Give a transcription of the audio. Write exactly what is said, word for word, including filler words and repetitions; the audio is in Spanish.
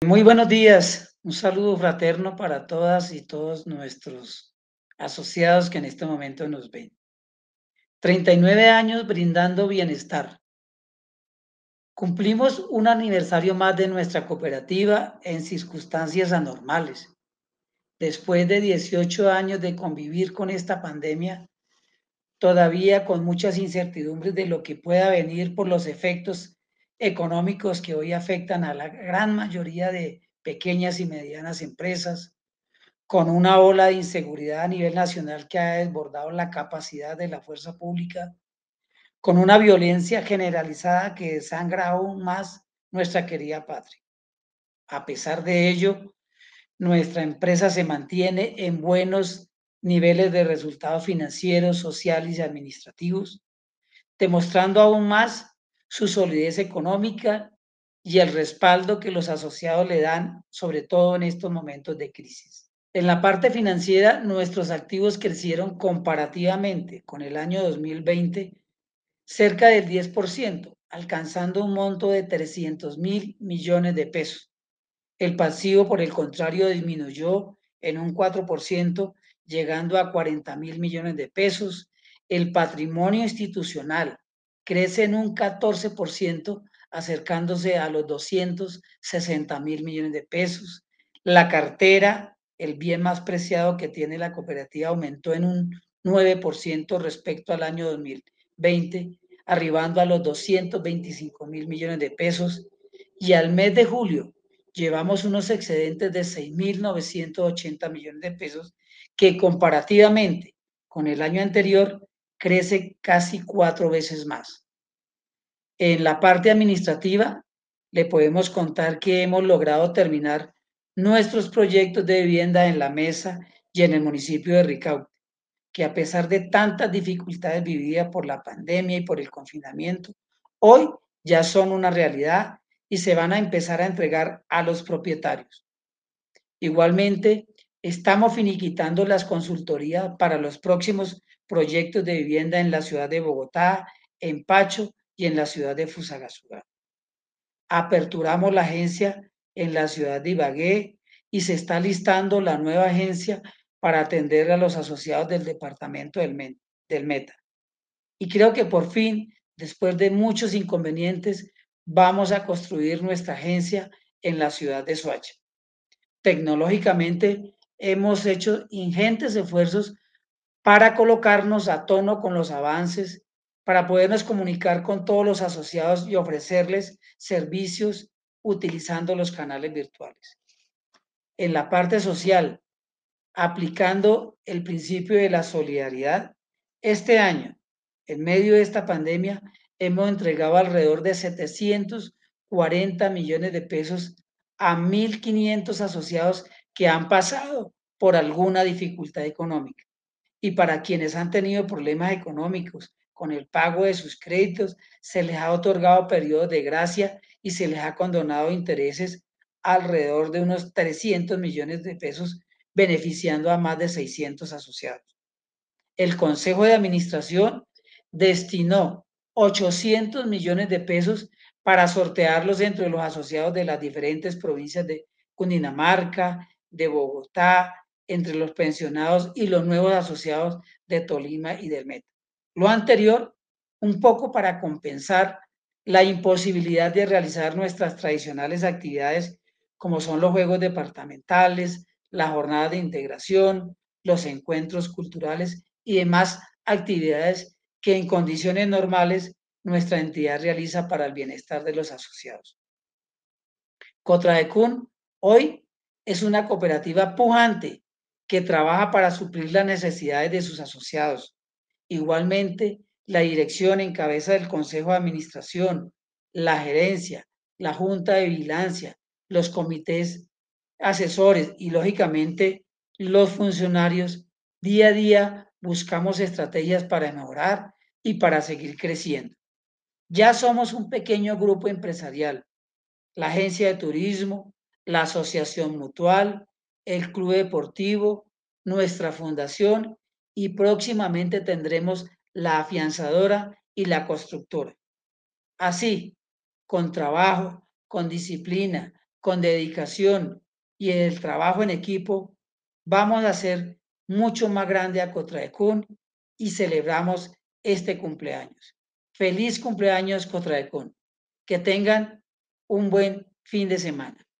Muy buenos días, un saludo fraterno para todas y todos nuestros asociados que en este momento nos ven. treinta y nueve años brindando bienestar. Cumplimos un aniversario más de nuestra cooperativa en circunstancias anormales. Después de dieciocho años de convivir con esta pandemia, todavía con muchas incertidumbres de lo que pueda venir por los efectos económicos que hoy afectan a la gran mayoría de pequeñas y medianas empresas, con una ola de inseguridad a nivel nacional que ha desbordado la capacidad de la fuerza pública, con una violencia generalizada que desangra aún más nuestra querida patria. A pesar de ello, nuestra empresa se mantiene en buenos niveles de resultados financieros, sociales y administrativos, demostrando aún más su solidez económica y el respaldo que los asociados le dan, sobre todo en estos momentos de crisis. En la parte financiera, nuestros activos crecieron comparativamente con el año dos mil veinte cerca del diez por ciento, alcanzando un monto de trescientos mil millones de pesos. El pasivo, por el contrario, disminuyó en un cuatro por ciento, llegando a cuarenta mil millones de pesos. El patrimonio institucional crece en un catorce por ciento, acercándose a los doscientos sesenta mil millones de pesos. La cartera, el bien más preciado que tiene la cooperativa, aumentó en un nueve por ciento respecto al año dos mil veinte, arribando a los doscientos veinticinco mil millones de pesos. Y al mes de julio llevamos unos excedentes de seis mil novecientos ochenta millones de pesos, que comparativamente con el año anterior crece casi cuatro veces más. En la parte administrativa, le podemos contar que hemos logrado terminar nuestros proyectos de vivienda en La Mesa y en el municipio de Ricaurte, que a pesar de tantas dificultades vividas por la pandemia y por el confinamiento, hoy ya son una realidad y se van a empezar a entregar a los propietarios. Igualmente, estamos finiquitando las consultorías para los próximos proyectos de vivienda en la ciudad de Bogotá, en Pacho y en la ciudad de Fusagasugá. Aperturamos la agencia en la ciudad de Ibagué y se está listando la nueva agencia para atender a los asociados del departamento del, Men del Meta. Y creo que por fin, después de muchos inconvenientes, vamos a construir nuestra agencia en la ciudad de Soacha. Tecnológicamente hemos hecho ingentes esfuerzos para colocarnos a tono con los avances, para podernos comunicar con todos los asociados y ofrecerles servicios utilizando los canales virtuales. En la parte social, aplicando el principio de la solidaridad, este año, en medio de esta pandemia, hemos entregado alrededor de setecientos cuarenta millones de pesos a mil quinientos asociados que han pasado por alguna dificultad económica. Y para quienes han tenido problemas económicos con el pago de sus créditos, se les ha otorgado periodos de gracia y se les ha condonado intereses alrededor de unos trescientos millones de pesos, beneficiando a más de seiscientos asociados. El Consejo de Administración destinó ochocientos millones de pesos para sortearlos entre los asociados de las diferentes provincias de Cundinamarca, de Bogotá, entre los pensionados y los nuevos asociados de Tolima y del Meta. Lo anterior, un poco para compensar la imposibilidad de realizar nuestras tradicionales actividades, como son los juegos departamentales, las jornadas de integración, los encuentros culturales y demás actividades que en condiciones normales nuestra entidad realiza para el bienestar de los asociados. Cotraecún hoy es una cooperativa pujante que trabaja para suplir las necesidades de sus asociados. Igualmente, la dirección en cabeza del Consejo de Administración, la gerencia, la Junta de Vigilancia, los comités asesores y, lógicamente, los funcionarios, día a día buscamos estrategias para mejorar y para seguir creciendo. Ya somos un pequeño grupo empresarial, la agencia de turismo, la asociación mutual, el club deportivo, nuestra fundación y próximamente tendremos la afianzadora y la constructora. Así, con trabajo, con disciplina, con dedicación y el trabajo en equipo, vamos a hacer mucho más grande a Cotraecún y celebramos este cumpleaños. Feliz cumpleaños, Cotraecún. Que tengan un buen fin de semana.